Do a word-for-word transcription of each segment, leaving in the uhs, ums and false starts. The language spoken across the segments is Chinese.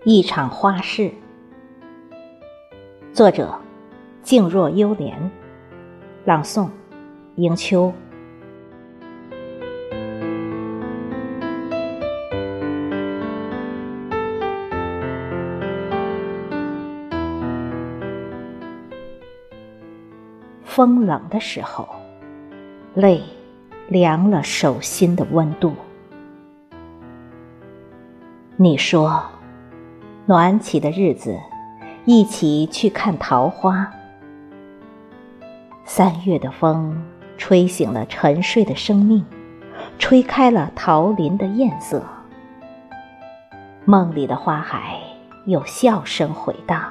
一场花事。作者：静若幽莲，朗诵：迎秋。风冷的时候，泪凉了手心的温度。你说，暖起的日子，一起去看桃花。三月的风吹醒了沉睡的生命，吹开了桃林的艳色。梦里的花海有笑声回荡，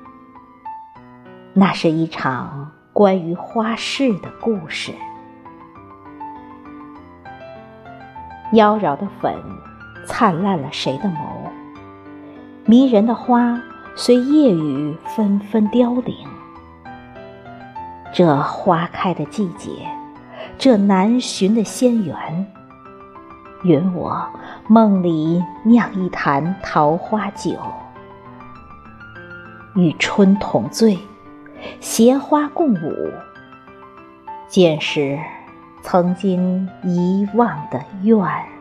那是一场关于花事的故事。妖娆的粉灿烂了谁的眸，迷人的花随夜雨纷纷凋零。这花开的季节，这难寻的仙缘，允我梦里酿一坛桃花酒，与春同醉，携花共舞，见识曾经遗忘的愿。